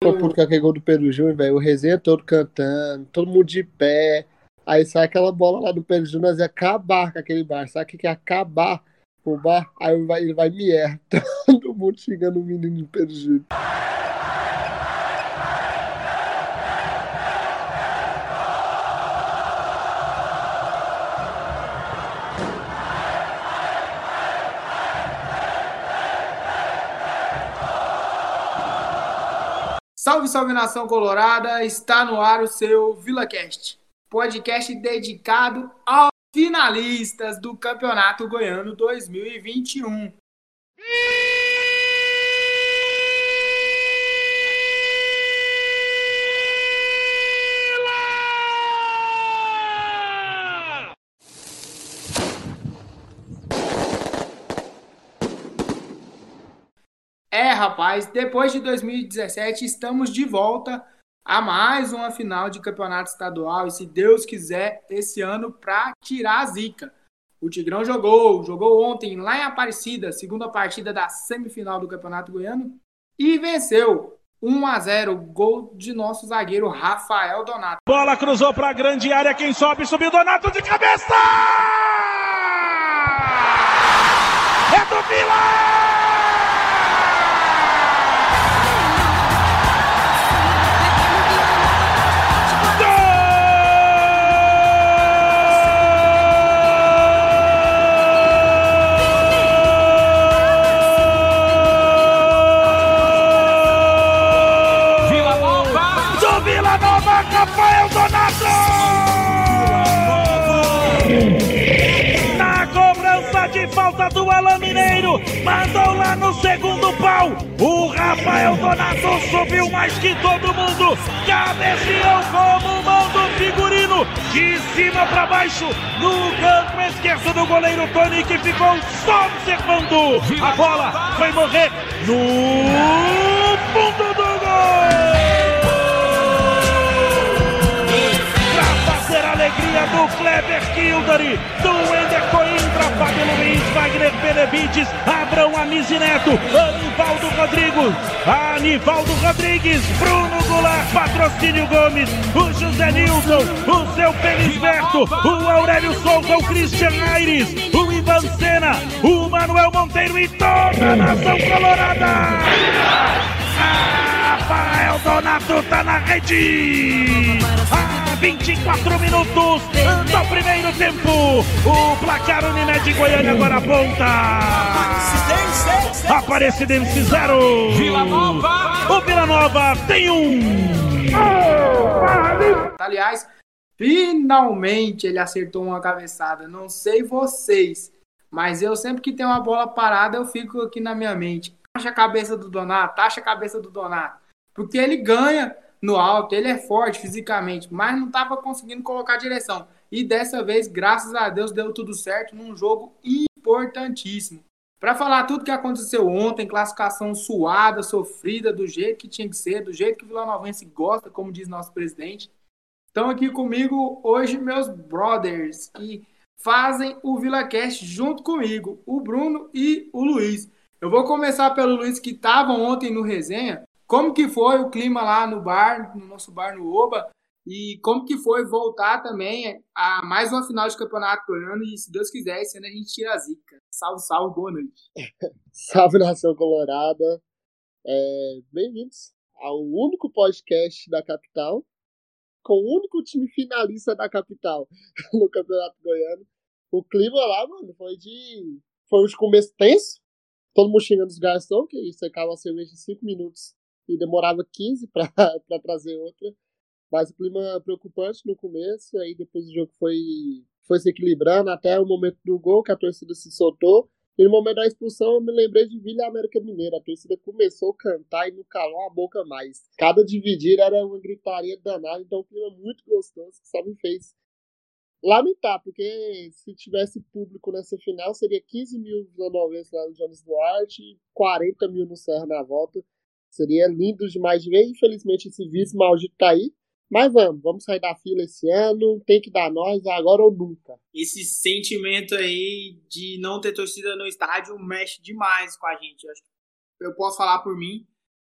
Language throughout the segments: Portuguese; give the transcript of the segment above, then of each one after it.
Ficou puto com aquele gol do Pedro Júnior, velho. O resenha todo cantando, todo mundo de pé. Aí sai aquela bola lá do Pedro Júnior, nós ia acabar com aquele bar. Sabe o que é acabar com o bar? Aí ele vai me errar. Todo mundo xingando o menino do Pedro Júnior. Salve, salve, nação colorada! Está no ar o seu VilaCast, podcast dedicado aos finalistas do Campeonato Goiano 2021. Rapaz, depois de 2017 estamos de volta a mais uma final de campeonato estadual e, se Deus quiser, esse ano para tirar a zica. O Tigrão jogou ontem lá em Aparecida, segunda partida da semifinal do Campeonato Goiano e venceu 1-0, gol de nosso zagueiro Rafael Donato. Bola cruzou para a grande área, quem sobe, subiu Donato de cabeça! É do Vila! Rafael Donato! Na cobrança de falta do Alan Mineiro, mandou lá no segundo pau. O Rafael Donato subiu mais que todo mundo, cabeceou como mão do figurino, de cima para baixo, no canto esquerdo do goleiro Tony, que ficou só observando. A bola foi morrer no fundo do gol! Alegria do Kleber Kildare, do Wender Coimbra, Fábio Luiz, Wagner Benevides, Abrão Amizi Neto, Anivaldo Rodrigues, Bruno Goulart, Patrocínio Gomes, o José Nilson, o seu Felisberto, o Aurélio Souza, o Christian Aires, o Ivan Sena, o Manuel Monteiro e toda a nação colorada! Rafael Donato tá na rede! 24 minutos do primeiro tempo. O placar Unimed Goiânia agora aponta. Aparecidense 0. Vila Nova. O Vila Nova tem 1. Aliás, finalmente ele acertou uma cabeçada. Não sei vocês, mas eu sempre que tem uma bola parada eu fico aqui na minha mente. Taxa a cabeça do Donato. Porque ele ganha no alto, ele é forte fisicamente, mas não estava conseguindo colocar a direção. E dessa vez, graças a Deus, deu tudo certo num jogo importantíssimo. Para falar tudo que aconteceu ontem, classificação suada, sofrida, do jeito que tinha que ser, do jeito que o vilanovense gosta, como diz nosso presidente. Estão aqui comigo hoje meus brothers, que fazem o VilaCast junto comigo, o Bruno e o Luiz. Eu vou começar pelo Luiz, que estava ontem no resenha. Como que foi o clima lá no bar, no nosso bar no Oba, e como que foi voltar também a mais uma final de campeonato goiano, e se Deus quiser, esse ano a gente tira a zica. Salve, salve, boa noite. Salve, nação colorada. Bem-vindos ao único podcast da capital, com o único time finalista da capital no campeonato goiano. O clima lá, mano, foi de começo tenso, todo mundo xingando os garçons, que secava a cerveja em 5 minutos. E demorava 15 para trazer outra. Mas o clima preocupante no começo. Aí depois o jogo foi se equilibrando até o momento do gol, que a torcida se soltou. E no momento da expulsão eu me lembrei de Vila América Mineira. A torcida começou a cantar e não calou a boca mais. Cada dividir era uma gritaria danada. Então o clima muito gostoso, que só me fez lamentar, porque se tivesse público nessa final, seria 15 mil vilanovenses lá no Jones Duarte e 40 mil no Serra na volta. Seria lindo demais de ver. Infelizmente esse vírus maldito tá aí. Mas vamos sair da fila esse ano. Tem que dar nós, agora ou nunca. Esse sentimento aí de não ter torcida no estádio mexe demais com a gente. Eu posso falar por mim.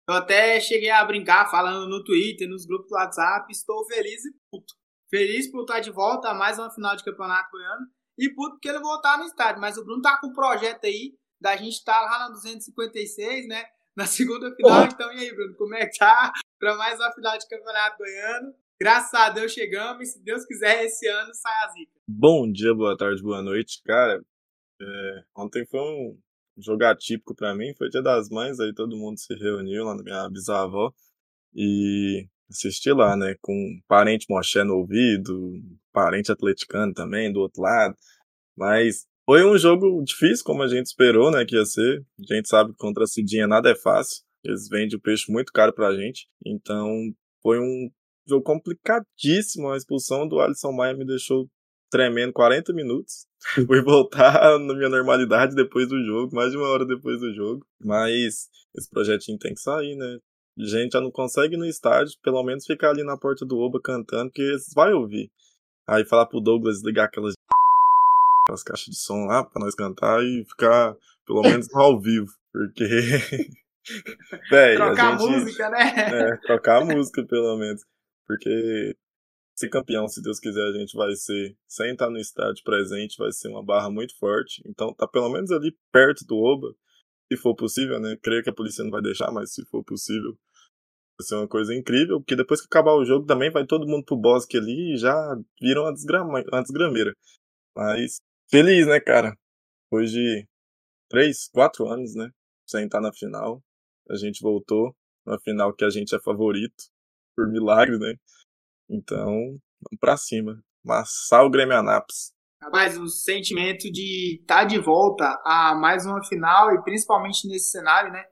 Eu até cheguei a brincar falando no Twitter, nos grupos do WhatsApp, estou feliz e puto. Feliz por estar de volta a mais uma final de campeonato goiano e puto porque ele voltar no estádio. Mas o Bruno tá com um projeto aí da gente estar lá na 256, né? Na segunda final. Então, e aí, Bruno, como é que tá para mais uma final de campeonato goiano? Graças a Deus chegamos e se Deus quiser esse ano sai a zica. Bom dia, boa tarde, boa noite. Cara, ontem foi um jogo atípico pra mim, foi Dia das Mães, aí todo mundo se reuniu lá na minha bisavó e assisti lá, né, com um parente moché no ouvido, parente atleticano também do outro lado, mas foi um jogo difícil, como a gente esperou, né, que ia ser. A gente sabe que contra a Cidinha nada é fácil, eles vendem o peixe muito caro pra gente, então foi um jogo complicadíssimo. A expulsão do Alisson Maia me deixou tremendo 40 minutos. Fui voltar na minha normalidade depois do jogo, mais de uma hora depois do jogo. Mas esse projetinho tem que sair, né? A gente já não consegue ir no estádio, pelo menos ficar ali na porta do Oba cantando, porque eles vai ouvir. Aí falar pro Douglas ligar aquelas caixas de som lá pra nós cantar e ficar pelo menos ao vivo. Porque... trocar a música, né? Trocar a música pelo menos. Porque ser campeão, se Deus quiser, a gente vai ser, sem estar no estádio presente, vai ser uma barra muito forte. Então tá pelo menos ali perto do Oba, se for possível, né? Creio que a polícia não vai deixar, mas se for possível, vai ser uma coisa incrível, porque depois que acabar o jogo também vai todo mundo pro bosque ali e já viram uma desgrameira. Mas feliz, né, cara? Depois de 3, 4 anos, né? Sem estar na final, a gente voltou na final que a gente é favorito, por milagre, né? Então, vamos pra cima. Amassar o Grêmio Anápolis. Rapaz, o sentimento de estar de volta a mais uma final, e principalmente nesse cenário, né?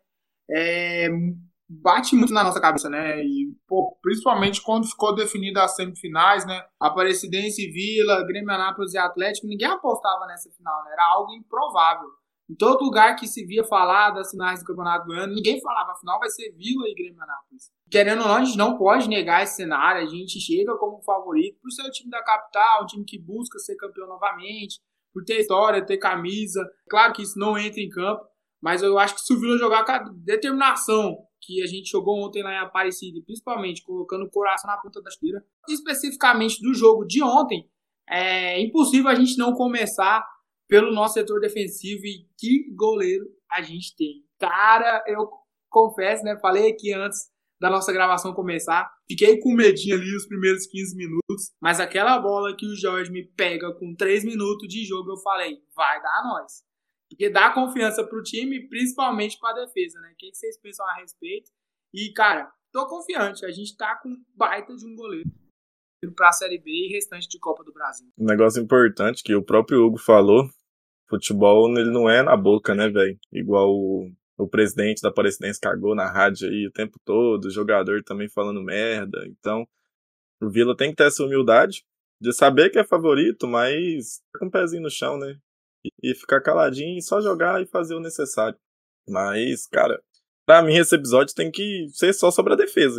Bate muito na nossa cabeça, né? E, pô, principalmente quando ficou definida as semifinais, né? Aparecidense e Vila, Grêmio Anápolis e Atlético, ninguém apostava nessa final, né? Era algo improvável. Em todo lugar que se via falar das finais do Campeonato Goiano, ninguém falava, a final vai ser Vila e Grêmio Anápolis. Querendo ou não, a gente não pode negar esse cenário, a gente chega como favorito por ser o time da capital, um time que busca ser campeão novamente, por ter história, ter camisa. Claro que isso não entra em campo, mas eu acho que se o Vila jogar com a determinação que a gente jogou ontem lá em Aparecida, principalmente colocando o coração na ponta da chuteira, especificamente do jogo de ontem, é impossível a gente não começar pelo nosso setor defensivo. E que goleiro a gente tem. Cara, eu confesso, né? Falei aqui antes da nossa gravação começar. Fiquei com medinho ali os primeiros 15 minutos. Mas aquela bola que o Jorge me pega com 3 minutos de jogo, eu falei, vai dar a nós. Porque dá confiança pro time, principalmente pra defesa, né? O que vocês pensam a respeito? E, cara, tô confiante. A gente tá com baita de um goleiro para a Série B e restante de Copa do Brasil. Um negócio importante que o próprio Hugo falou, futebol ele não é na boca, né, velho? Igual o presidente da Aparecidense cagou na rádio aí o tempo todo, o jogador também falando merda. Então, o Vila tem que ter essa humildade de saber que é favorito, mas com o pezinho no chão, né? E ficar caladinho e só jogar e fazer o necessário. Mas, cara, pra mim esse episódio tem que ser só sobre a defesa.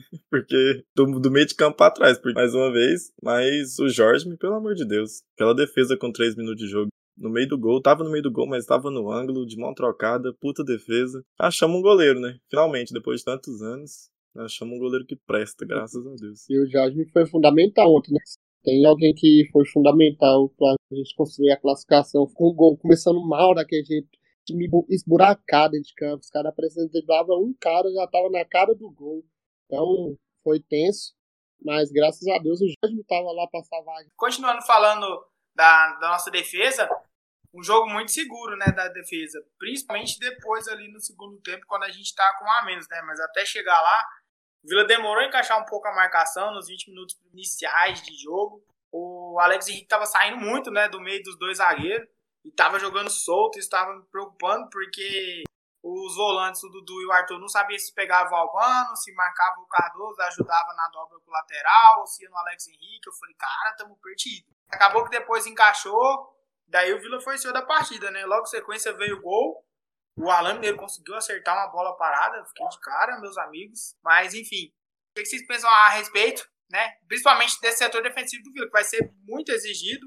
Porque do meio de campo pra trás, mais uma vez. Mas o Jorge, pelo amor de Deus, aquela defesa com 3 minutos de jogo no meio do gol, tava no meio do gol, mas tava no ângulo, de mão trocada, puta defesa. Achamos um goleiro, né? Finalmente, depois de tantos anos, achamos um goleiro que presta, graças a Deus. E o Jorge foi fundamental ontem, né? Tem alguém que foi fundamental pra gente construir a classificação. Com o gol começando mal daquele jeito, time esburacado de campo. Os caras apresentavam um cara, já tava na cara do gol. Então, foi tenso. Mas, graças a Deus, o Jorge estava lá para salvar. Continuando falando da nossa defesa, um jogo muito seguro, né, da defesa. Principalmente depois ali no segundo tempo, quando a gente tá com um a menos, né? Mas até chegar lá, o Vila demorou a encaixar um pouco a marcação nos 20 minutos iniciais de jogo. O Alex Henrique estava saindo muito, né, do meio dos dois zagueiros e estava jogando solto. Isso estava me preocupando porque os volantes, o Dudu e o Arthur, não sabiam se pegava o Albano, se marcava o Cardoso, ajudava na dobra com o lateral, ou se ia no Alex Henrique. Eu falei, cara, estamos perdidos. Acabou que depois encaixou, daí o Vila foi senhor da partida, né? Logo em sequência veio o gol. O Alan Mineiro conseguiu acertar uma bola parada, fiquei de cara, meus amigos. Mas, enfim, o que vocês pensam a respeito, né? Principalmente desse setor defensivo do Vila, que vai ser muito exigido.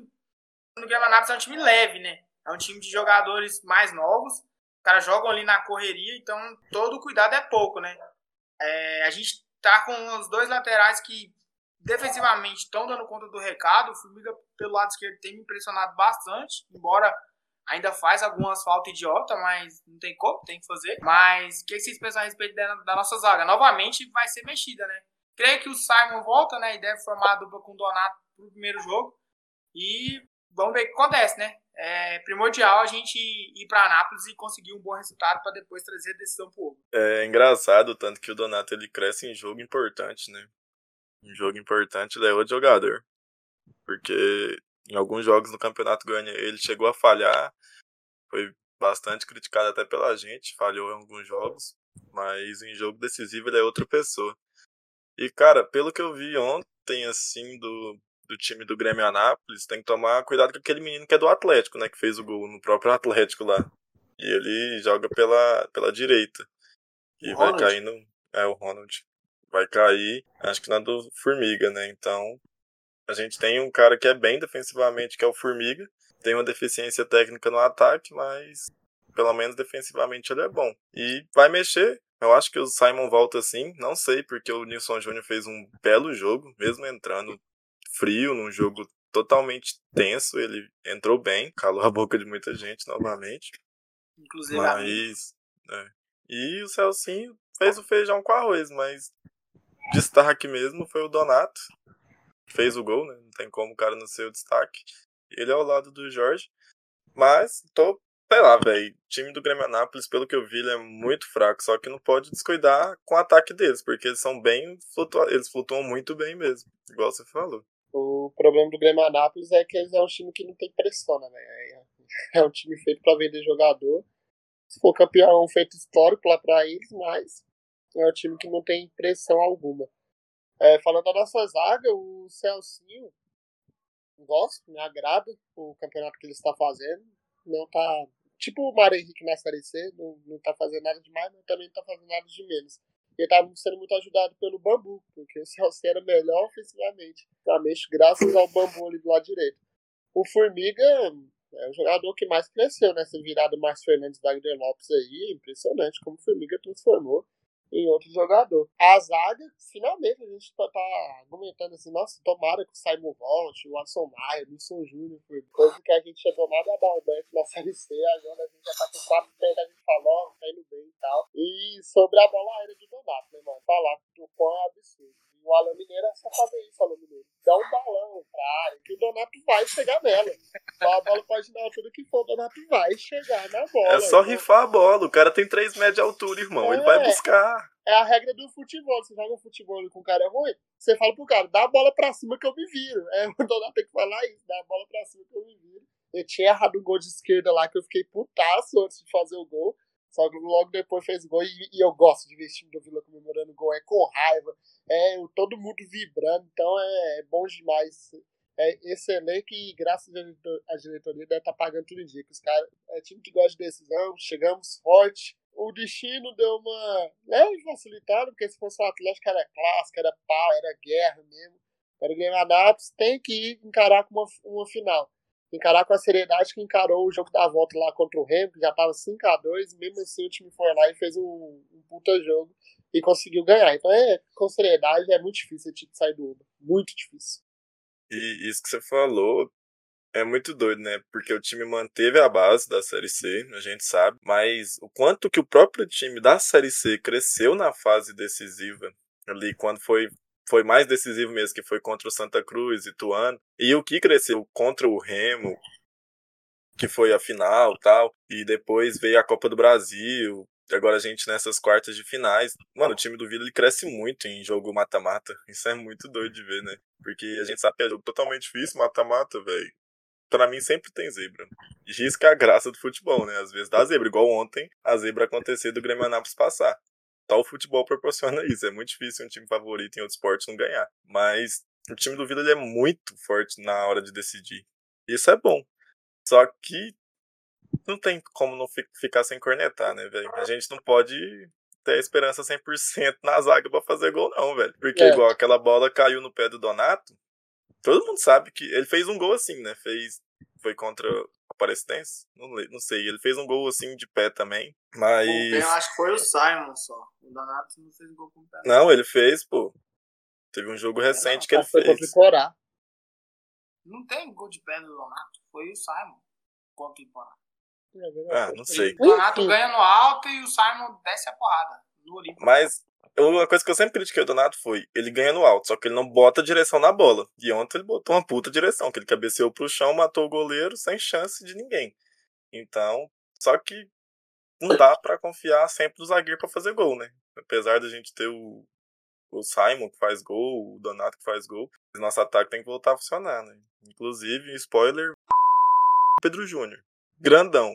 O Grêmio Anápolis é um time leve, né? É um time de jogadores mais novos. Os caras jogam ali na correria, então todo cuidado é pouco, né? A gente tá com os dois laterais que defensivamente estão dando conta do recado. O Formiga, pelo lado esquerdo, tem me impressionado bastante, embora ainda faz algumas faltas idiota, mas não tem como, tem que fazer. Mas o que vocês pensam a respeito da nossa zaga? Novamente vai ser mexida, né? Creio que o Simon volta, né? E deve formar a dupla com o Donato pro primeiro jogo. E vamos ver o que acontece, né? É primordial a gente ir para Anápolis e conseguir um bom resultado para depois trazer a decisão pro outro. É engraçado tanto que o Donato ele cresce em jogo importante, né? Em jogo importante ele é outro jogador. Porque em alguns jogos no Campeonato Goianiense ele chegou a falhar. Foi bastante criticado até pela gente. Falhou em alguns jogos. Mas em jogo decisivo ele é outra pessoa. E, cara, pelo que eu vi ontem, assim, do time do Grêmio Anápolis, tem que tomar cuidado com aquele menino que é do Atlético, né? Que fez o gol no próprio Atlético lá. E ele joga pela direita. E vai cair no... o Ronald. Vai cair, acho que na do Formiga, né? Então, a gente tem um cara que é bem defensivamente, que é o Formiga. Tem uma deficiência técnica no ataque, mas pelo menos defensivamente ele é bom. E vai mexer. Eu acho que o Simon volta sim. Não sei, porque o Nilson Júnior fez um belo jogo, mesmo entrando frio, num jogo totalmente tenso. Ele entrou bem, calou a boca de muita gente novamente. Inclusive mas E o Celcinho fez o feijão com arroz, mas destaque mesmo foi o Donato. Fez o gol, né? Não tem como o cara não ser o destaque. Ele é ao lado do Jorge. Mas sei lá, velho. O time do Grêmio Anápolis, pelo que eu vi, ele é muito fraco. Só que não pode descuidar com o ataque deles, porque eles são bem eles flutuam muito bem mesmo, igual você falou. O problema do Grêmio Anápolis é que eles é um time que não tem pressão, né? É um time feito pra vender jogador. Se for campeão, é um feito histórico lá pra eles, mas é um time que não tem pressão alguma. Falando da nossa zaga, o Celcinho, gosto, me agrada o campeonato que ele está fazendo. Não tá. Tipo o Mário Henrique na Série C, não tá fazendo nada demais, mas também não tá fazendo nada de menos. Ele tá sendo muito ajudado pelo Bambu, porque o Celcinho era melhor ofensivamente. Realmente, graças ao Bambu ali do lado direito. O Formiga é o jogador que mais cresceu nessa virada Márcio Fernandes Wagner Lopes aí. Impressionante como o Formiga transformou em outro jogador. A zaga, finalmente, a gente tá argumentando assim, nossa, tomara que o Simon volte, o Alisson Maia, o Nilson Júnior, coisa que a gente tinha tomado a Dalberto na Série C, agora a gente já tá com 4 pés, a gente falou, tá indo bem e tal. E sobre a bola aérea do Donato, né, mano? Falar que o quão é absurdo. E o Alan Mineiro é só fazer isso, Alan Mineiro. Dá um balão pra área, que o Donato vai chegar nela. Só a bola pode dar tudo que for, o Donato vai chegar na bola. É só rifar a bola, o cara tem 3 metros de altura, irmão, ele vai buscar. É a regra do futebol. Você joga futebol com um cara ruim, você fala pro cara, dá a bola pra cima que eu me viro. O Donato tem que falar isso, dá a bola pra cima que eu me viro. Eu tinha errado o gol de esquerda lá, que eu fiquei putaço antes de fazer o gol. Só que logo depois fez o gol e eu gosto de ver esse time do Vila comemorando o gol. É com raiva, todo mundo vibrando, então é bom demais. É excelente e graças à diretoria deve estar pagando tudo em dia. Que os caras, é time que gosta de decisão, chegamos forte. O destino deu uma leve facilitada, porque se fosse o Atlético era clássico, era pau, era guerra mesmo. Era o Grêmio Anápolis, tem que ir encarar com uma final. Encarar com a seriedade que encarou o jogo da volta lá contra o Remo, que já estava 5-2, mesmo assim o time foi lá e fez um puta jogo e conseguiu ganhar. Então com seriedade é muito difícil o time sair do Uber, muito difícil. E isso que você falou é muito doido, né? Porque o time manteve a base da Série C, a gente sabe, mas o quanto que o próprio time da Série C cresceu na fase decisiva, ali quando foi mais decisivo mesmo, que foi contra o Santa Cruz, Ituano, e o que cresceu contra o Remo, que foi a final e tal, e depois veio a Copa do Brasil, agora a gente nessas quartas de finais. Mano, o time do Vila ele cresce muito em jogo mata-mata, isso é muito doido de ver, né? Porque a gente sabe que é jogo totalmente difícil, mata-mata, velho. Pra mim sempre tem zebra. E isso que é a graça do futebol, né? Às vezes dá zebra, igual ontem a zebra acontecer do Grêmio Anápolis passar. Tal futebol proporciona isso. É muito difícil um time favorito em outro esporte não ganhar. Mas o time do Vila ele é muito forte na hora de decidir. Isso é bom. Só que não tem como não ficar sem cornetar, né, velho? A gente não pode ter esperança 100% na zaga pra fazer gol, não, velho. Porque igual aquela bola caiu no pé do Donato, todo mundo sabe que ele fez um gol assim, né? Foi contra Aparecidense? Não sei. Ele fez um gol assim de pé também, mas... Eu acho que foi o Simon só. O Donato não fez gol com o pé. Não, ele fez, pô. Teve um jogo recente que ele Foi contra o fez. Iporá. Não tem gol de pé do Donato. Foi o Simon contra o Iporá. Não sei. O Donato ganha no alto e o Simon desce a porrada no Olímpico. Mas uma coisa que eu sempre critiquei o Donato foi, ele ganha no alto, só que ele não bota a direção na bola. E ontem ele botou uma puta direção, que ele cabeceou pro chão, matou o goleiro sem chance de ninguém. Então, só que não dá pra confiar sempre no zagueiro pra fazer gol, né? Apesar da gente ter o Simon que faz gol, o Donato que faz gol, nosso ataque tem que voltar a funcionar, né? Inclusive, spoiler, Pedro Júnior. Grandão.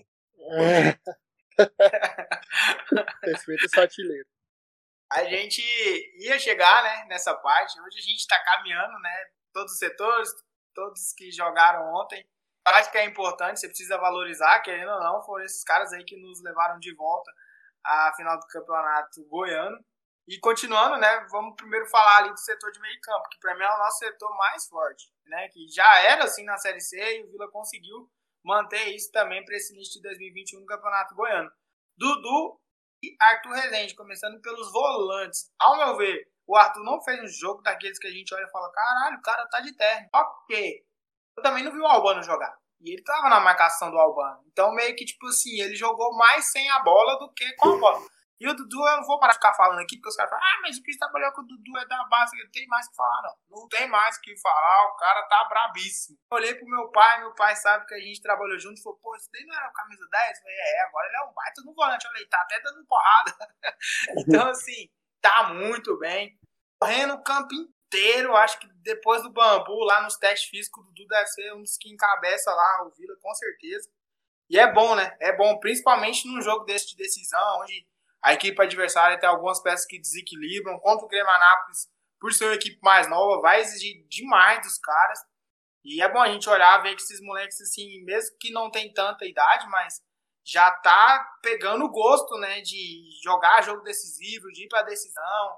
Respeita esse artilheiro. A gente ia chegar, né, nessa parte. Hoje a gente está caminhando, né? Todos os setores, todos que jogaram ontem. Eu acho que é importante, você precisa valorizar, querendo ou não, foram esses caras aí que nos levaram de volta à final do campeonato goiano. E continuando, né, vamos primeiro falar ali do setor de meio campo, que para mim é o nosso setor mais forte, né? Que já era assim na Série C e o Vila conseguiu manter isso também para esse início de 2021 no Campeonato Goiano. Dudu e Arthur Rezende, começando pelos volantes. Ao meu ver, o Arthur não fez um jogo daqueles que a gente olha e fala, caralho, o cara tá de terno. Ok. Eu também não vi o Albano jogar. E ele tava na marcação do Albano. Então, meio que, tipo assim, ele jogou mais sem a bola do que com a bola. E o Dudu, eu não vou parar de ficar falando aqui, porque os caras falam, mas o que trabalhou com o Dudu é da base, não tem mais o que falar, não. Não tem mais o que falar, o cara tá brabíssimo. Eu olhei pro meu pai sabe que a gente trabalhou junto, e falou, pô, isso daí não era o camisa 10? Eu falei, agora ele é um baita no volante, olha aí, tá até dando porrada. Então, assim, tá muito bem. Correndo o campo inteiro, acho que depois do Bambu, lá nos testes físicos, o Dudu deve ser um dos que encabeça lá o Vila, com certeza. E é bom, né? É bom, principalmente num jogo desse de decisão, onde a equipe adversária tem algumas peças que desequilibram. Contra o Grêmio Anápolis, por ser uma equipe mais nova, vai exigir demais dos caras. E é bom a gente olhar, ver que esses moleques, assim, mesmo que não tem tanta idade, mas já tá pegando o gosto, né, de jogar jogo decisivo, de ir pra decisão,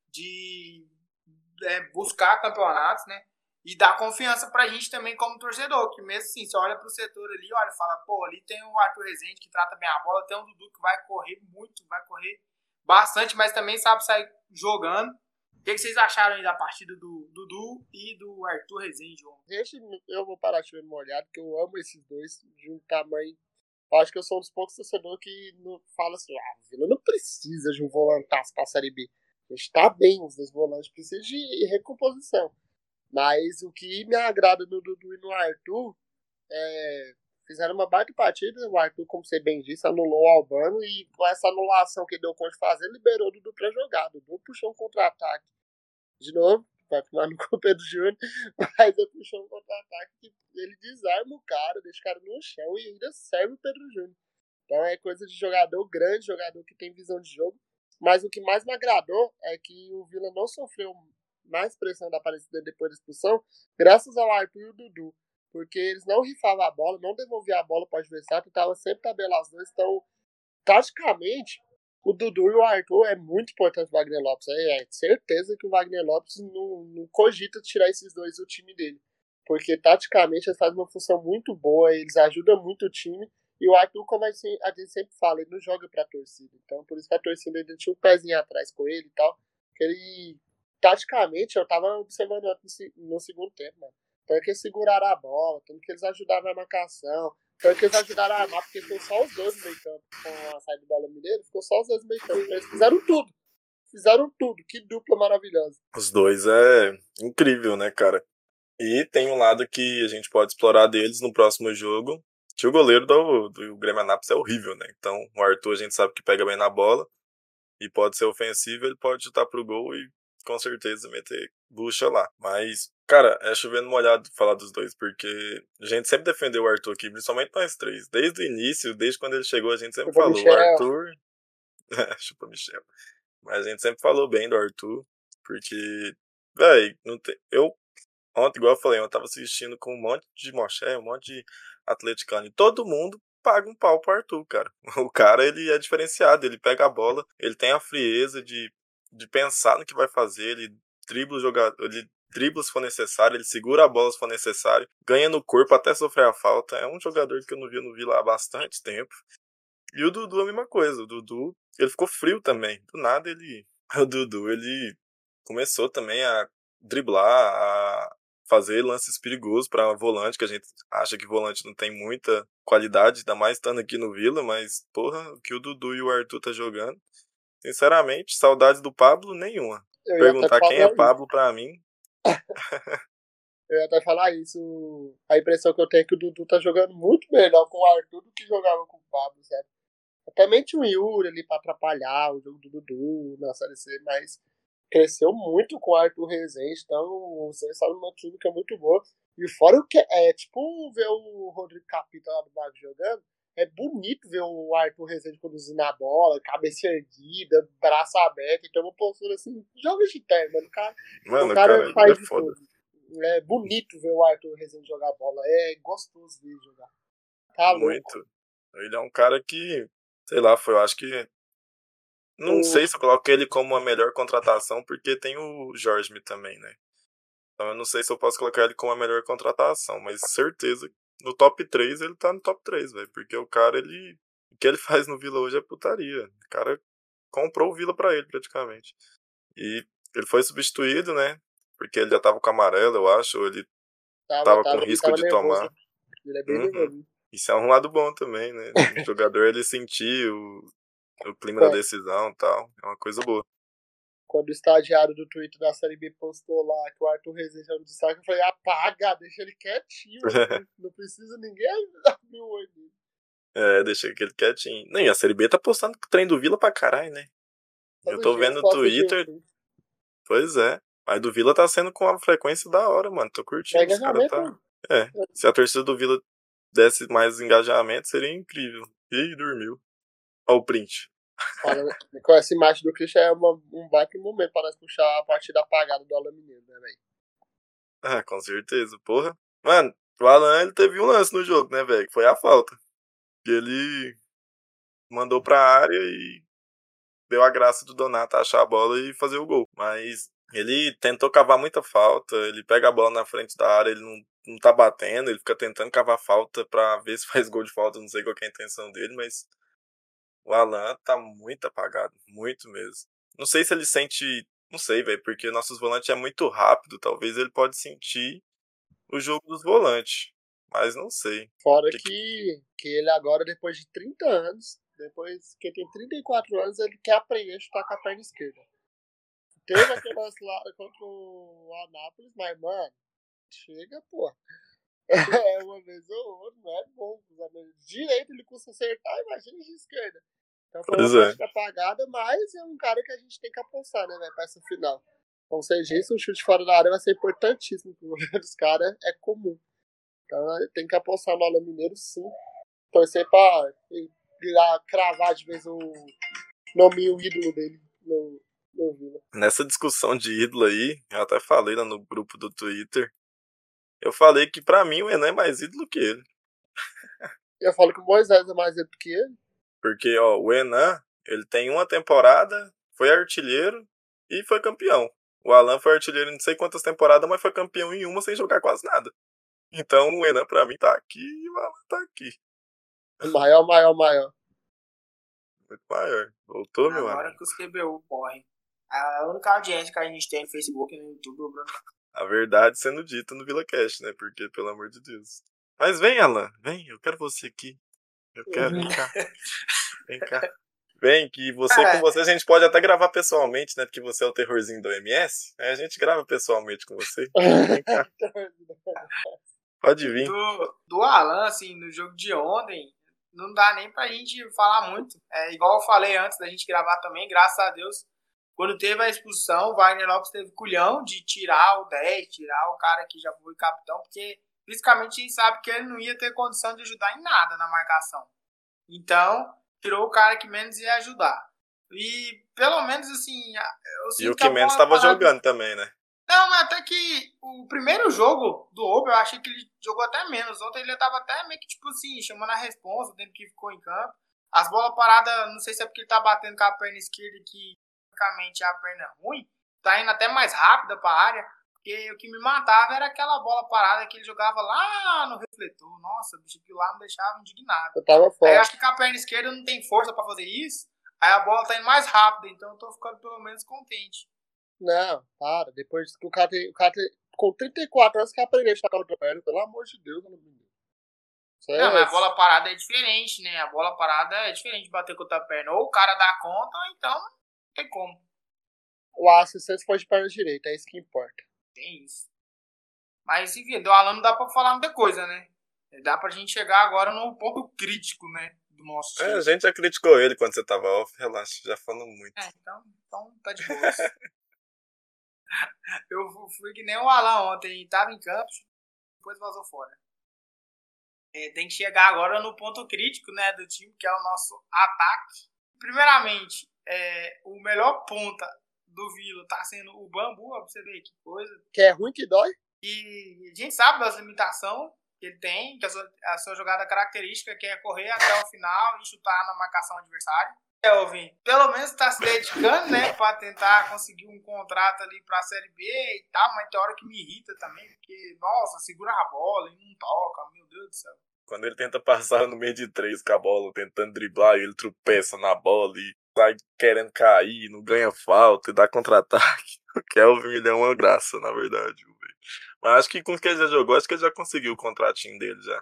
de buscar campeonatos, né, e dar confiança pra gente também como torcedor, que mesmo assim, você olha pro setor ali, olha e fala, pô, ali tem o Arthur Rezende que trata bem a bola, tem o Dudu que vai correr muito, vai correr bastante, mas também sabe sair jogando. O que vocês acharam aí da partida do Dudu e do Arthur Rezende? Gente, eu vou parar chovendo molhado, porque eu amo esses dois de um tamanho. Eu acho que eu sou um dos poucos torcedores que não fala assim, o Vila não precisa de um volantaço pra Série B. A gente tá bem, os dois volantes precisam de recomposição. Mas o que me agrada no Dudu e no Arthur fizeram uma baita partida. O Arthur, como você bem disse, anulou o Albano e com essa anulação que deu conta de fazer, liberou o Dudu pra jogar. O Dudu puxou um contra-ataque. De novo, vai tomar no cu Pedro Júnior, mas ele puxou um contra-ataque que ele desarma o cara, deixa o cara no chão e ainda serve o Pedro Júnior. Então é coisa de jogador grande, jogador que tem visão de jogo. Mas o que mais me agradou é que o Vila não sofreu mais pressão da Aparecida depois da expulsão, graças ao Arthur e o Dudu. Porque eles não rifavam a bola, não devolviam a bola para o adversário, tentavam sempre tabelar os dois. Então, taticamente, o Dudu e o Arthur é muito importante pro Wagner Lopes. É certeza que o Wagner Lopes não cogita tirar esses dois do time dele. Porque, taticamente, eles fazem uma função muito boa, eles ajudam muito o time. E o Arthur, como a gente sempre fala, ele não joga pra torcida. Então, por isso que a torcida ainda tinha um pezinho atrás com ele e tal. Porque ele, taticamente, eu tava observando no segundo tempo, mano. Tanto que eles seguraram a bola, tanto que eles ajudaram na marcação, tanto que eles ajudaram a armar, porque ficou só os dois no meio campo. Com a saída do Bola Mineiro, ficou só os dois no meio campo. Então, eles fizeram tudo. Fizeram tudo. Que dupla maravilhosa. Os dois é incrível, né, cara? E tem um lado que a gente pode explorar deles no próximo jogo, que o goleiro do Grêmio Anápolis é horrível, né? Então, o Arthur a gente sabe que pega bem na bola e pode ser ofensivo, ele pode chutar pro gol e com certeza meter bucha lá. Mas, cara, é chovendo molhado falar dos dois, porque a gente sempre defendeu o Arthur aqui, principalmente nós três. Desde o início, desde quando ele chegou, a gente sempre falou, Michel. o Arthur... Chupa Michel. Mas a gente sempre falou bem do Arthur, porque, véi, ontem, igual eu falei, eu tava assistindo com um monte de moché, um monte de atleticano, e todo mundo paga um pau pro Arthur, cara. O cara, ele é diferenciado, ele pega a bola, ele tem a frieza de pensar no que vai fazer, ele dribla o jogador, ele dribla se for necessário, ele segura a bola se for necessário, ganha no corpo até sofrer a falta. É um jogador que eu não via no Vila há bastante tempo. E o Dudu a mesma coisa. O Dudu, ele ficou frio também. Do nada o Dudu, ele começou também a driblar, a fazer lances perigosos para volante, que a gente acha que volante não tem muita qualidade, ainda mais estando aqui no Vila, mas, porra, o que o Dudu e o Arthur tá jogando, sinceramente, saudades do Pablo, nenhuma. Eu ia até Perguntar quem é falar isso. Pablo pra mim, Eu ia até falar isso. A impressão que eu tenho é que o Dudu tá jogando muito melhor com o Arthur do que jogava com o Pablo, sabe? Até mente o Yuri ali pra atrapalhar o jogo do Dudu na Série C, mas cresceu muito com o Arthur Rezende, então você está numa química muito boa. E fora o que é, tipo, ver o Rodrigo Capita lá do Bago jogando, é bonito ver o Arthur Rezende conduzindo a bola, cabeça erguida, braço aberto, então uma postura assim, joga de terra, mano. mano, O cara ele faz é de foda. tudo. É bonito ver o Arthur Rezende jogar bola, é gostoso de jogar. Tá louco. Muito. Ele é um cara que, sei lá, eu acho que não sei se eu coloco ele como a melhor contratação, porque tem o Jorge também, né? Então eu não sei se eu posso colocar ele como a melhor contratação, mas certeza, no top 3 ele tá no top 3, velho. Porque o cara, o que ele faz no Vila hoje é putaria. O cara comprou o Vila pra ele, praticamente. E ele foi substituído, né? Porque ele já tava com amarelo, eu acho, ou ele tava com ele risco tava de nervoso. tomar. Ele é bem Uhum. nervoso. Isso é um lado bom também, né? O jogador, ele sentir o clima da decisão e tal. É uma coisa boa. Quando o estagiário do Twitter da Série B postou lá que o Arthur Rezende é um destaque, eu falei, apaga, deixa ele quietinho, não precisa ninguém abrir o olho dele. É, deixa aquele quietinho. Nem a Série B tá postando trem do Vila pra caralho, né? Eu tô vendo no Twitter. Pois é. Mas do Vila tá sendo com uma frequência da hora, mano. Tô curtindo. Os caras tá. É. Se a torcida do Vila desse mais engajamento, seria incrível. Ih, dormiu. Ó o print. Com essa imagem do Christian é um baita momento para nós puxar a partida apagada do Alan Mineiro, né, velho? Ah, com certeza, porra. Mano, o Alan, ele teve um lance no jogo, né, velho? Que foi a falta. Que ele mandou pra área e deu a graça do Donato achar a bola e fazer o gol. Mas ele tentou cavar muita falta, ele pega a bola na frente da área, ele não tá batendo, ele fica tentando cavar falta pra ver se faz gol de falta, não sei qual que é a intenção dele, mas o Alan tá muito apagado, muito mesmo. Não sei se ele sente, não sei, velho, porque nossos volantes é muito rápido, talvez ele pode sentir o jogo dos volantes, mas não sei. Fora que ele agora, depois de 30 anos, depois que ele tem 34 anos, ele quer aprender a chutar com a perna esquerda. Teve aquele lance lá contra o Anápolis, mas, mano, chega, pô. É uma vez ou outra, não é bom. Direito ele custa acertar, imagina de esquerda. Então foi uma partida apagada, mas é um cara que a gente tem que apostar, né, velho, pra essa final. Como você disse, um chute fora da área vai ser importantíssimo, porque os caras é comum. Então tem que apostar no Alan Mineiro, sim. Torcer pra cravar de vez o nominho ídolo dele no Vila. Nessa discussão de ídolo aí, eu até falei lá no grupo do Twitter, eu falei que pra mim o Enan é mais ídolo que ele. Eu falo que o Moisés é mais ídolo que ele. Porque, ó, o Enan, ele tem uma temporada, foi artilheiro e foi campeão. O Alan foi artilheiro em não sei quantas temporadas, mas foi campeão em uma sem jogar quase nada. Então o Enan pra mim tá aqui e o Alan tá aqui. Maior. Muito maior. Voltou, meu amigo. Agora que os QBU correm. A única audiência que a gente tem no Facebook e no YouTube, Bruno. A verdade sendo dita no VilaCast, né? Porque, pelo amor de Deus. Mas vem, Alan. Vem, eu quero você aqui. Eu quero, vem cá. Vem cá. Vem, que você com você a gente pode até gravar pessoalmente, né? Porque você é o terrorzinho do OMS. Aí a gente grava pessoalmente com você. Vem cá. Pode vir. Do Alan, assim, no jogo de ontem, não dá nem pra gente falar muito. É igual eu falei antes da gente gravar também, graças a Deus. Quando teve a expulsão, o Wagner Lopes teve culhão de tirar o 10, tirar o cara que já foi capitão, porque fisicamente a gente sabe que ele não ia ter condição de ajudar em nada na marcação. Então, tirou o cara que menos ia ajudar. E, pelo menos, assim, eu sinto e o que menos estava jogando também, né? Não, mas até que o primeiro jogo do Ober, eu achei que ele jogou até menos. Ontem ele tava até meio que, tipo assim, chamando a responsa o tempo que ficou em campo. As bolas paradas, não sei se é porque ele tá batendo com a perna esquerda, que basicamente a perna é ruim, tá indo até mais rápida pra área. Porque o que me matava era aquela bola parada que ele jogava lá no refletor. Nossa, bicho, aquilo lá me deixava indignado. Eu tava Aí eu fora. acho que com a perna esquerda não tem força pra fazer isso. Aí a bola tá indo mais rápido, então eu tô ficando pelo menos contente. Não, para. Depois que o cara tem com 34 anos que aprendeu a chutar outra perna, pelo amor de Deus, meu menino. Não, mas a bola parada é diferente, né? A bola parada é diferente de bater com outra perna. Ou o cara dá conta, ou então não tem como. O assistente foi de perna direita, é isso que importa. Tem isso. Mas, enfim, do Alan não dá pra falar muita coisa, né? Dá pra gente chegar agora num ponto crítico, né? Do nosso time. A gente já criticou ele quando você tava off, relaxa, já falando muito. Então tá de boa. Eu fui que nem o Alan ontem, tava em campos, depois vazou fora. Tem que chegar agora no ponto crítico, né, do time, que é o nosso ataque. Primeiramente, o melhor ponta do Vila tá sendo o Bambu, ó, pra você ver que coisa. Que é ruim que dói? E a gente sabe das limitações que ele tem, que a sua jogada característica, que é correr até o final e chutar na marcação adversária. Elvin, pelo menos tá se dedicando, né, pra tentar conseguir um contrato ali pra Série B e tal, mas tem hora que me irrita também, porque, nossa, segura a bola e não toca, meu Deus do céu. Quando ele tenta passar no meio de 3 com a bola, tentando driblar, ele tropeça na bola e sai querendo cair, não ganha falta e dá contra-ataque. O Kelvin, ele é uma graça, na verdade. Mas acho que com o que ele já jogou, acho que ele já conseguiu o contratinho dele já.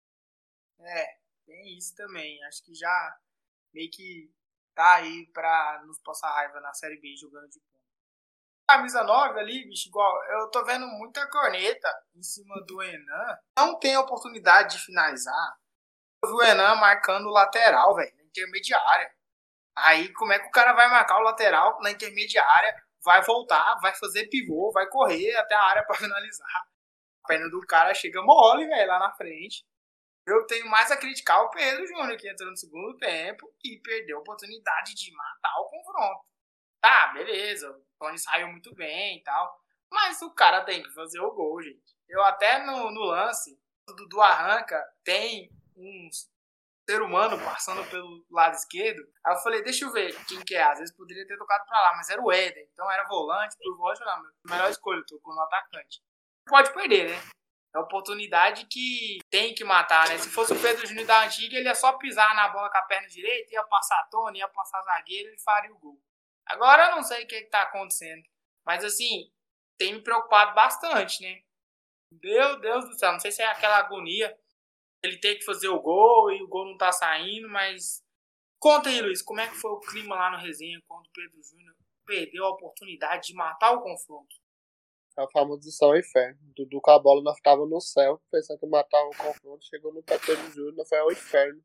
Tem isso também. Acho que já meio que tá aí pra nos passar raiva na Série B jogando de ponta. Camisa 9 ali, bicho, igual, eu tô vendo muita corneta em cima do Enan. Não tem oportunidade de finalizar. Eu vi o Enan marcando o lateral, velho, na intermediária. Aí, como é que o cara vai marcar o lateral na intermediária, vai voltar, vai fazer pivô, vai correr até a área pra finalizar? A perna do cara chega mole, velho, lá na frente. Eu tenho mais a criticar o Pedro Júnior, que entrou no segundo tempo e perdeu a oportunidade de matar o confronto. Tá, beleza, o Tony saiu muito bem e tal, mas o cara tem que fazer o gol, gente. Eu até no lance do arranca, tem um ser humano passando pelo lado esquerdo, aí eu falei, deixa eu ver quem que é, às vezes poderia ter tocado pra lá, mas era o Éder, então era volante, por volante não, melhor escolha, tocou no atacante. Pode perder, né? É a oportunidade que tem que matar, né? Se fosse o Pedro Júnior da antiga, ele ia só pisar na bola com a perna direita, ia passar Tony, ia passar zagueiro e faria o gol. Agora eu não sei o que tá acontecendo. Mas assim, tem me preocupado bastante, né? Meu Deus do céu, não sei se é aquela agonia. Ele tem que fazer o gol e o gol não tá saindo, mas... Conta aí, Luiz, como é que foi o clima lá no resenha quando o Pedro Júnior perdeu a oportunidade de matar o confronto? É o famoso do céu ao inferno. Dudu com a bola, nós tava no céu, pensando que matava o confronto, chegou no Pedro Júnior, foi ao inferno.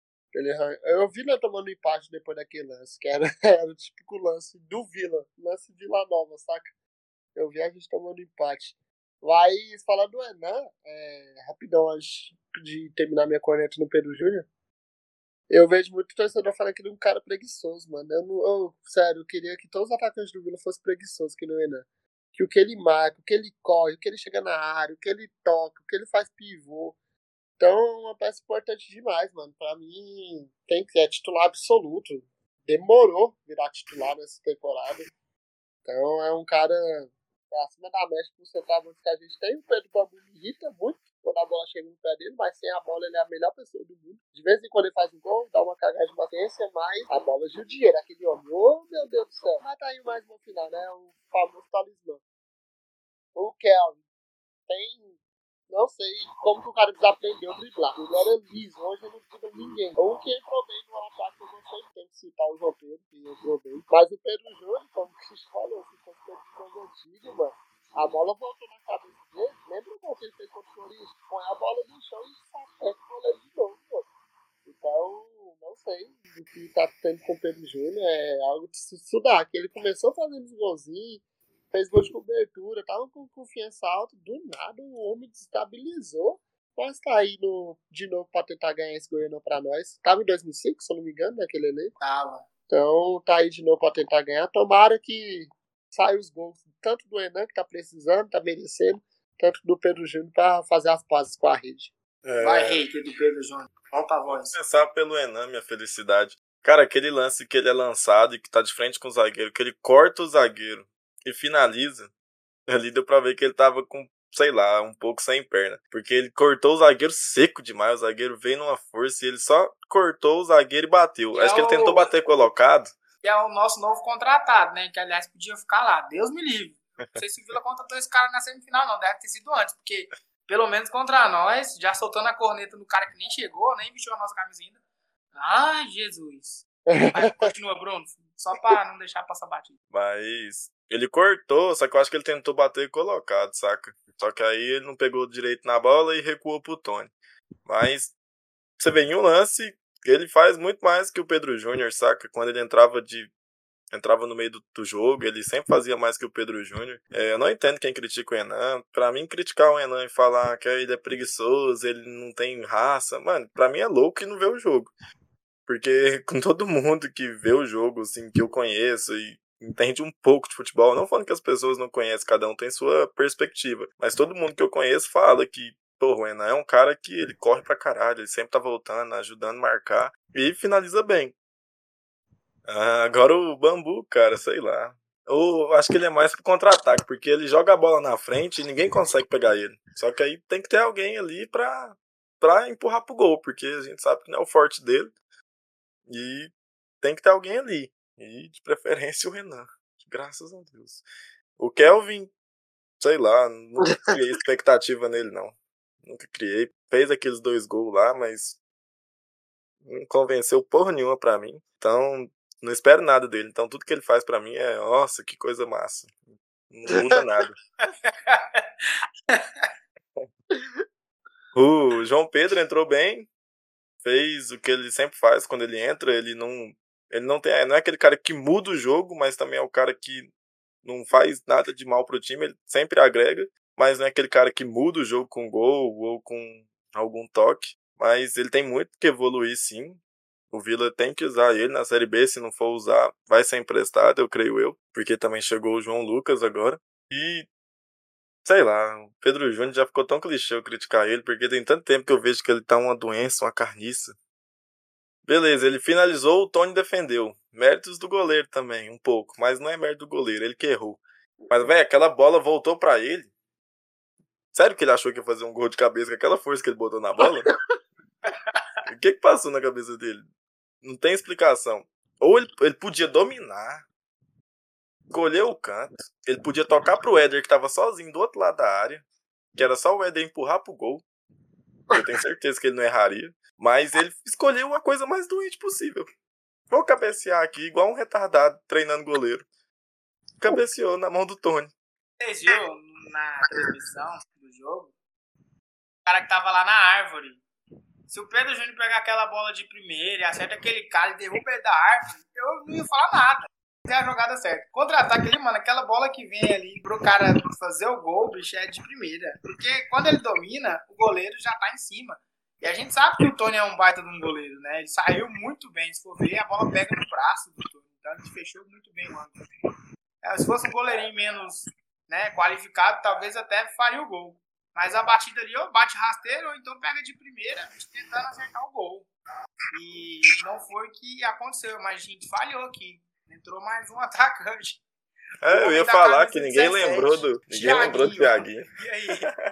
Eu vi ele tomando empate depois daquele lance, que era o típico lance do Vila, lance Vila Nova, saca? Eu vi a gente tomando empate. Mas, falando do Enan, rapidão, antes de terminar minha corneta no Pedro Júnior, eu vejo muito torcedor falando que ele é um cara preguiçoso, mano. Sério, eu queria que todos os atacantes do Vila fossem preguiçosos, que não é Enan. Que o que ele marca, o que ele corre, o que ele chega na área, o que ele toca, o que ele faz pivô. Então, é uma peça importante demais, mano. Pra mim, é titular absoluto. Demorou virar titular nessa temporada. Então, é um cara acima da média por centavos que a gente tem. O Pedro Bambu me irrita muito quando a bola chega no pé dele, mas sem a bola ele é a melhor pessoa do mundo. De vez em quando ele faz um gol, dá uma cagada de paciência, mas a bola judia, era aquele homem. Oh, meu Deus do céu. Mas tá aí mais no final, né? O famoso talismã. O Kelvin tem... Não sei como que o cara desaprendeu a driblar. Ele era liso, hoje ele não dribla ninguém. Ou que entrou bem no ataque, eu não sei, tem que citar o João Pedro, que entrou bem. Mas o Pedro Júnior, como que se falou, se fosse o Pedro Júnior antigo, mano, a bola voltou na cabeça dele. Lembra o gol que ele fez contra o Corinthians? Põe a bola no chão e sapeca o goleiro de novo, mano. Então, não sei. O que tá tendo com o Pedro Júnior é algo de se estudar. Que ele começou fazendo os golzinhos, fez gol de cobertura, tava com confiança alta, do nada o homem destabilizou, mas tá aí de novo pra tentar ganhar esse Goianão pra nós. Tava em 2005, se eu não me engano, naquele elenco. Tava. Então tá aí de novo pra tentar ganhar. Tomara que saia os gols, tanto do Enan, que tá precisando, tá merecendo, tanto do Pedro Júnior pra fazer as pazes com a rede. Vai, hater do Pedro Júnior. Volta a voz. Vou começar pelo Enan, minha felicidade. Cara, aquele lance que ele é lançado e que tá de frente com o zagueiro, que ele corta o zagueiro e finaliza. Ali deu pra ver que ele tava com, sei lá, um pouco sem perna. Porque ele cortou o zagueiro seco demais. O zagueiro veio numa força e ele só cortou o zagueiro e bateu. Acho que ele tentou bater colocado. Que é o nosso novo contratado, né? Que, aliás, podia ficar lá. Deus me livre. Não sei se o Vila contratou esse cara na semifinal, não. Deve ter sido antes, porque, pelo menos contra nós, já soltando a corneta do cara que nem chegou, nem vestiu a nossa camisa ainda. Ai, Jesus. Aí, continua, Bruno. Só pra não deixar passar batido. Mas ele cortou, só que eu acho que ele tentou bater colocado, saca? Só que aí ele não pegou direito na bola e recuou pro Tony. Mas você vê em um lance, ele faz muito mais que o Pedro Júnior, saca? Quando ele entrava no meio do jogo, ele sempre fazia mais que o Pedro Júnior. Eu não entendo quem critica o Renan. Pra mim, criticar o Renan e falar que ele é preguiçoso, ele não tem raça, mano, pra mim é louco e não vê o jogo. Porque com todo mundo que vê o jogo, assim, que eu conheço e entende um pouco de futebol, não falando que as pessoas não conhecem, cada um tem sua perspectiva, mas todo mundo que eu conheço fala que, pô, o Renan é um cara que ele corre pra caralho, ele sempre tá voltando, ajudando a marcar e finaliza bem. Agora o Bambu, cara, sei lá. Eu acho que ele é mais pro contra-ataque, porque ele joga a bola na frente e ninguém consegue pegar ele. Só que aí tem que ter alguém ali pra empurrar pro gol, porque a gente sabe que não é o forte dele. E tem que ter alguém ali. E de preferência o Renan. Graças a Deus. O Kelvin, sei lá, nunca criei expectativa nele, não. Nunca criei. Fez aqueles 2 gols lá, mas não convenceu porra nenhuma pra mim. Então, não espero nada dele. Então, tudo que ele faz pra mim é, nossa, que coisa massa. Não muda nada. O João Pedro entrou bem. Fez o que ele sempre faz quando ele entra. Ele não é aquele cara que muda o jogo, mas também é o cara que não faz nada de mal pro time. Ele sempre agrega, mas não é aquele cara que muda o jogo com gol ou com algum toque. Mas ele tem muito que evoluir, sim. O Vila tem que usar ele na Série B. Se não for usar, vai ser emprestado, eu creio eu. Porque também chegou o João Lucas agora. E, sei lá, o Pedro Júnior já ficou tão clichê eu criticar ele, porque tem tanto tempo que eu vejo que ele tá uma doença, uma carniça. Beleza, ele finalizou, o Tony defendeu. Méritos do goleiro também, um pouco. Mas não é mérito do goleiro, ele que errou. Mas, velho, aquela bola voltou pra ele. Sério que ele achou que ia fazer um gol de cabeça com aquela força que ele botou na bola? O que passou na cabeça dele? Não tem explicação. Ou ele podia dominar, escolher o canto. Ele podia tocar pro Éder, que tava sozinho do outro lado da área. Que era só o Éder empurrar pro gol. Eu tenho certeza que ele não erraria. Mas ele escolheu a coisa mais doente possível. Vou cabecear aqui, igual um retardado, treinando goleiro. Cabeceou na mão do Tony. Vocês viram na transmissão do jogo? O cara que tava lá na árvore. Se o Pedro Júnior pegar aquela bola de primeira e acerta aquele cara e derruba ele da árvore, eu não ia falar nada. É a jogada certa. Contra-ataque ali, mano, aquela bola que vem ali pro cara fazer o gol, bicho, é de primeira. Porque quando ele domina, o goleiro já tá em cima. E a gente sabe que o Tony é um baita de um goleiro, né? Ele saiu muito bem. Se for ver, a bola pega no braço do Tony. Então ele fechou muito bem o ângulo. Se fosse um goleirinho menos, né, qualificado, talvez até faria o gol. Mas a batida ali ou bate rasteiro ou então pega de primeira, tentando acertar o gol. E não foi o que aconteceu, mas a gente falhou aqui. Entrou mais um atacante. Eu ia falar que ninguém lembrou do Thiaguinho. E aí?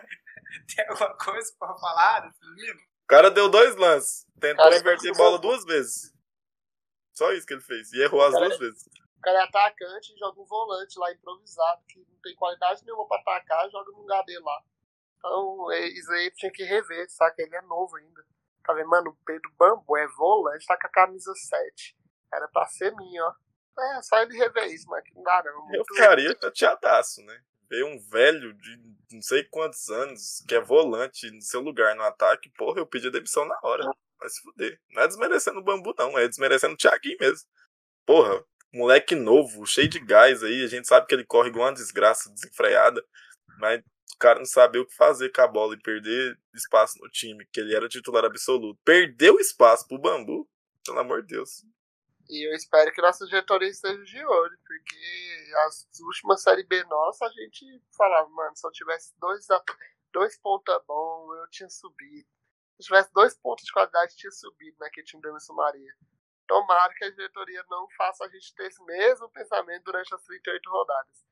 Tem alguma coisa pra falar desse menino? O cara deu 2 lances. Tentou inverter a bola 2 vezes. Só isso que ele fez. E errou as 2 vezes. O cara é atacante e joga um volante lá improvisado, que não tem qualidade nenhuma pra atacar, joga no lugar dele lá. Então, isso aí tinha que rever, sabe? Ele é novo ainda. Tá vendo, mano? O Pedro Bambu é volante, tá com a camisa 7. Era pra ser minha, ó. Só ele rever isso, mas que não dá não. Eu ficaria chateadaço, né? Ver um velho de não sei quantos anos, que é volante, no seu lugar no ataque, porra, eu pedi a demissão na hora. Vai se fuder. Não é desmerecendo o Bambu, não. É desmerecendo o Thiaguinho mesmo. Porra, moleque novo, cheio de gás aí. A gente sabe que ele corre igual uma desgraça, desenfreada. Mas o cara não sabia o que fazer com a bola e perder espaço no time, que ele era titular absoluto. Perdeu espaço pro Bambu, pelo amor de Deus. E eu espero que nossa diretoria esteja de olho, porque as últimas Série B nossa, a gente falava, mano, se eu tivesse dois ponta bom, eu tinha subido. Se eu tivesse 2 pontos de qualidade, tinha subido naquele time da Emerson Maria. Tomara que a diretoria não faça a gente ter esse mesmo pensamento durante as 38 rodadas.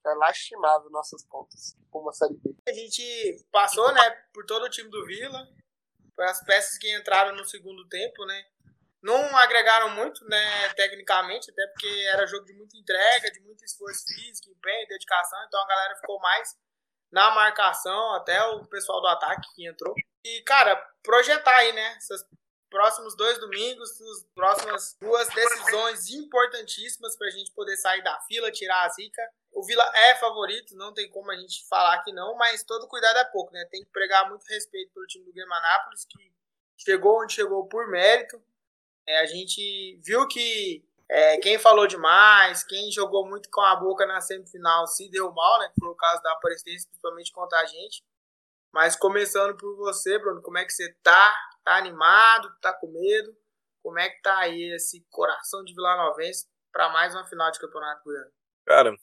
É lastimável nossas pontas por uma Série B. A gente passou, né, por todo o time do Vila, por as peças que entraram no segundo tempo, né? Não agregaram muito, né, tecnicamente, até porque era jogo de muita entrega, de muito esforço físico, empenho, dedicação, então a galera ficou mais na marcação, até o pessoal do ataque que entrou. E, cara, projetar aí, né, esses próximos 2 domingos, as próximas 2 decisões importantíssimas pra gente poder sair da fila, tirar a zica. O Vila é favorito, não tem como a gente falar que não, mas todo cuidado é pouco, né? Tem que pregar muito respeito pelo time do Grêmio Anápolis, que chegou onde chegou por mérito. A gente viu que quem falou demais, quem jogou muito com a boca na semifinal se deu mal, né? Que foi o caso da Aparecidense, principalmente contra a gente. Mas começando por você, Bruno, como é que você tá? Tá animado? Tá com medo? Como é que tá aí esse coração de vilanovense para mais uma final de campeonato goiano? Cara,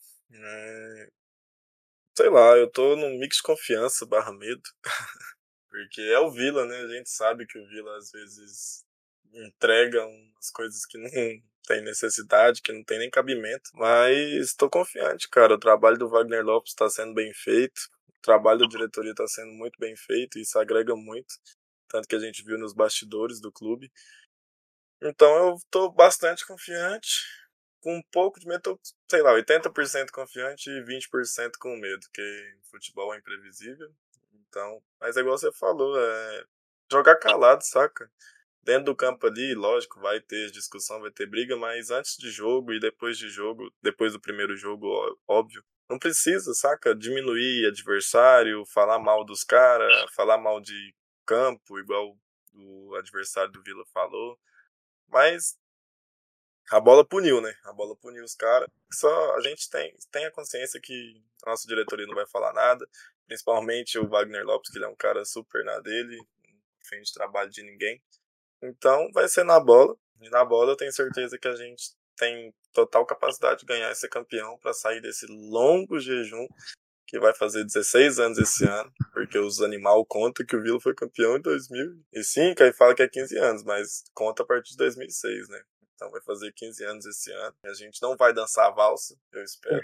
sei lá, eu tô num mix de confiança / medo. Porque é o Vila, né? A gente sabe que o Vila às vezes entrega umas coisas que não tem necessidade, que não tem nem cabimento. Mas tô confiante, cara. O trabalho do Wagner Lopes tá sendo bem feito. O trabalho da diretoria tá sendo muito bem feito. E isso agrega muito. Tanto que a gente viu nos bastidores do clube. Então eu tô bastante confiante. Com um pouco de medo, tô, sei lá, 80% confiante e 20% com medo. Porque futebol é imprevisível. Então, mas é igual você falou, jogar calado, saca? Dentro do campo ali, lógico, vai ter discussão, vai ter briga, mas antes de jogo e depois de jogo, depois do primeiro jogo, óbvio, não precisa, saca? Diminuir adversário, falar mal dos caras, falar mal de campo, igual o adversário do Vila falou. Mas a bola puniu, né? A bola puniu os caras. Só a gente tem a consciência que a nossa diretoria não vai falar nada, principalmente o Wagner Lopes, que ele é um cara super na dele, não defende trabalho de ninguém. Então vai ser na bola. E na bola eu tenho certeza que a gente tem total capacidade de ganhar e ser campeão para sair desse longo jejum que vai fazer 16 anos esse ano, porque os animal contam que o Vila foi campeão em 2005, aí fala que é 15 anos, mas conta a partir de 2006, né? Então vai fazer 15 anos esse ano. A gente não vai dançar a valsa, eu espero.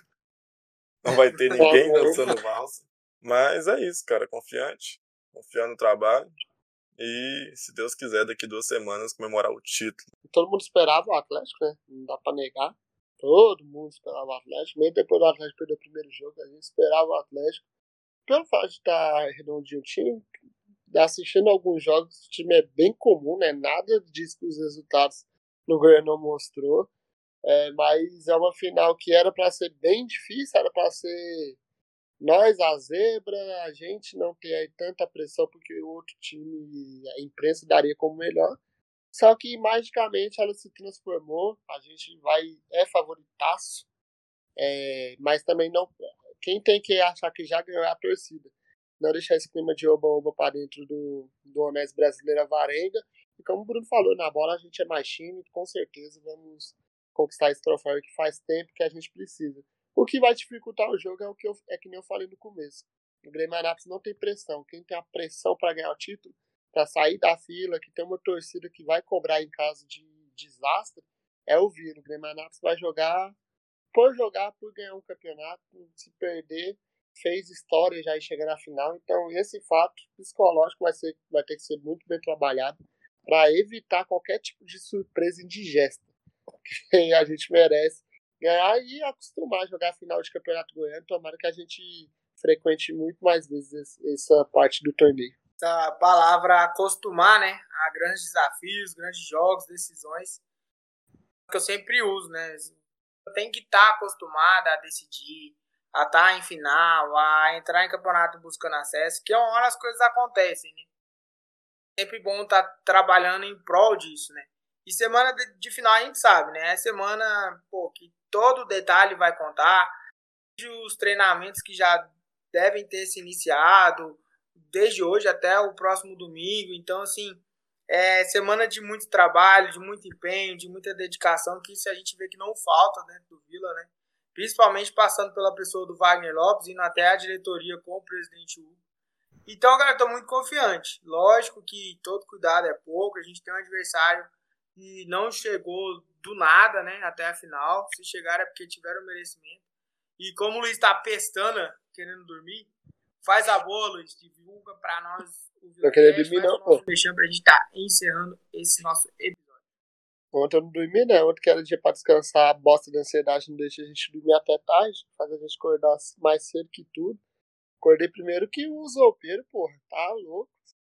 Não vai ter ninguém dançando valsa. Mas é isso, cara. Confiante. Confiando no trabalho. E, se Deus quiser, daqui 2 semanas comemorar o título. Todo mundo esperava o Atlético, né? Não dá pra negar. Todo mundo esperava o Atlético. Mesmo depois do Atlético perder o primeiro jogo, a gente esperava o Atlético. Pelo fato de estar redondinho o time, assistindo alguns jogos, o time é bem comum, né? Nada disso que os resultados no Goiânia não mostrou. Mas é uma final que era para ser bem difícil, era para ser nós, a zebra, a gente não ter aí tanta pressão porque o outro time, a imprensa daria como melhor. Só que magicamente ela se transformou, a gente é favoritaço, mas também não. Quem tem que achar que já ganhou é a torcida. Não deixar esse clima de oba-oba para dentro do Honesto Brasileiro Varenga. E como o Bruno falou, na bola a gente é mais time, com certeza vamos conquistar esse troféu que faz tempo que a gente precisa. O que vai dificultar o jogo é que nem eu falei no começo. O Grêmio Anápolis não tem pressão. Quem tem a pressão para ganhar o título, para sair da fila, que tem uma torcida que vai cobrar em caso de desastre, é o Vila. O Grêmio Anápolis vai jogar, por ganhar um campeonato, se perder, fez história já e chega na final. Então esse fato psicológico vai ter que ser muito bem trabalhado para evitar qualquer tipo de surpresa indigesta que a gente merece ganhar e acostumar a jogar a final de campeonato goiano. Tomara que a gente frequente muito mais vezes essa parte do torneio. Essa palavra acostumar, né, a grandes desafios, grandes jogos, decisões, que eu sempre uso, né? Tem que estar acostumada a decidir, a estar em final, a entrar em campeonato buscando acesso, que é uma hora as coisas acontecem, né? Sempre bom estar trabalhando em prol disso, né? E semana de final a gente sabe, né? É semana, que todo detalhe vai contar. Os treinamentos que já devem ter se iniciado desde hoje até o próximo domingo. Então, assim, é semana de muito trabalho, de muito empenho, de muita dedicação, que isso a gente vê que não falta dentro do Vila, né? Principalmente passando pela pessoa do Wagner Lopes, indo até a diretoria com o presidente Hugo. Então, cara, eu tô muito confiante. Lógico que todo cuidado é pouco, a gente tem um adversário que não chegou do nada, né, até a final. Se chegar é porque tiveram merecimento. E como o Luiz tá pestana, querendo dormir, faz a boa, Luiz, divulga pra nós o Não queria dormir, faz não, o nosso pô. fechão pra gente tá encerrando esse nosso episódio. Ontem eu não dormi, né? Ontem que era dia pra descansar, a bosta da ansiedade não deixa a gente dormir até tarde, faz a gente acordar mais cedo que tudo. Acordei primeiro que o zopeiro, porra, tá louco.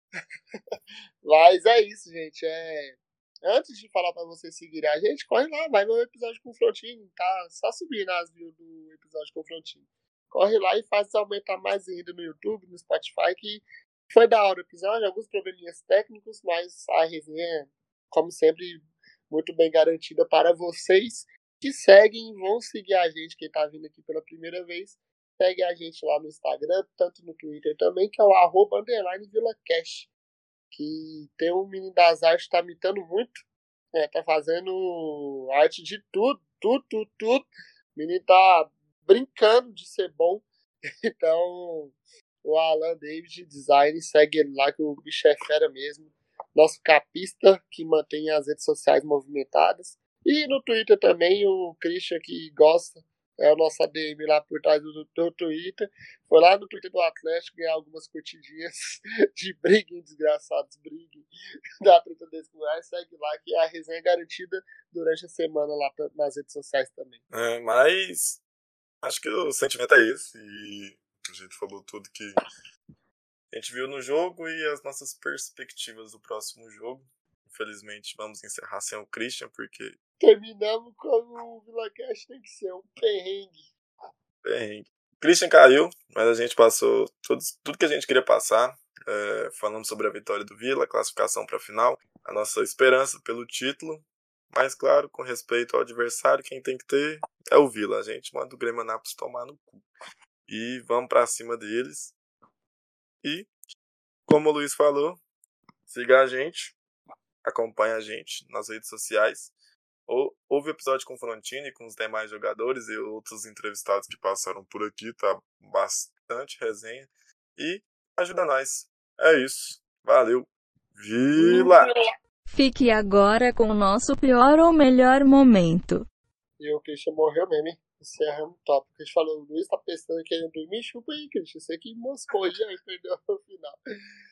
Mas é isso, gente. Antes de falar pra vocês seguirem a gente, corre lá, vai ver o episódio com o Frontinho, tá só subir nas views do episódio com o Frontinho. Corre lá e faz aumentar mais ainda no YouTube, no Spotify, que foi da hora o episódio, alguns probleminhas técnicos, mas a resenha, como sempre, muito bem garantida para vocês que seguem e vão seguir a gente, quem tá vindo aqui pela primeira vez. Segue a gente lá no Instagram, tanto no Twitter também, que é o @VilaCash. Que tem um menino das artes que tá imitando muito. Tá fazendo arte de tudo. O menino tá brincando de ser bom. Então, o Alan David Design, segue ele lá, que o bicho é fera mesmo. Nosso capista, que mantém as redes sociais movimentadas. E no Twitter também, o Christian, que gosta, é o nosso ADM lá por trás do Twitter. Foi lá no Twitter do Atlético ganhar algumas curtidinhas de briguem, desgraçados, briguem. Da treta desse lugar. Segue lá que a resenha é garantida durante a semana lá nas redes sociais também. Mas acho que o sentimento é esse. E a gente falou tudo que a gente viu no jogo e as nossas perspectivas do próximo jogo. Infelizmente vamos encerrar sem o Christian, porque terminamos como o VilaCast tem que ser, um perrengue. Christian caiu, mas a gente passou tudo que a gente queria passar. Falando sobre a vitória do Vila, a classificação para a final, a nossa esperança pelo título. Mas claro, com respeito ao adversário, quem tem que ter é o Vila. A gente manda o Grêmio Anápolis tomar no cu. E vamos para cima deles. E, como o Luiz falou, siga a gente, acompanha a gente nas redes sociais. Houve episódio com o Frontini e com os demais jogadores e outros entrevistados que passaram por aqui, tá bastante resenha. E ajuda nós. É isso. Valeu. Vila! Fique agora com o nosso pior ou melhor momento. E o Christian morreu mesmo, hein? Encerramos top. O Christian falou, o Luiz tá pensando querendo dormir, chupa aí, Christian. Você que moscou já e perdeu no final.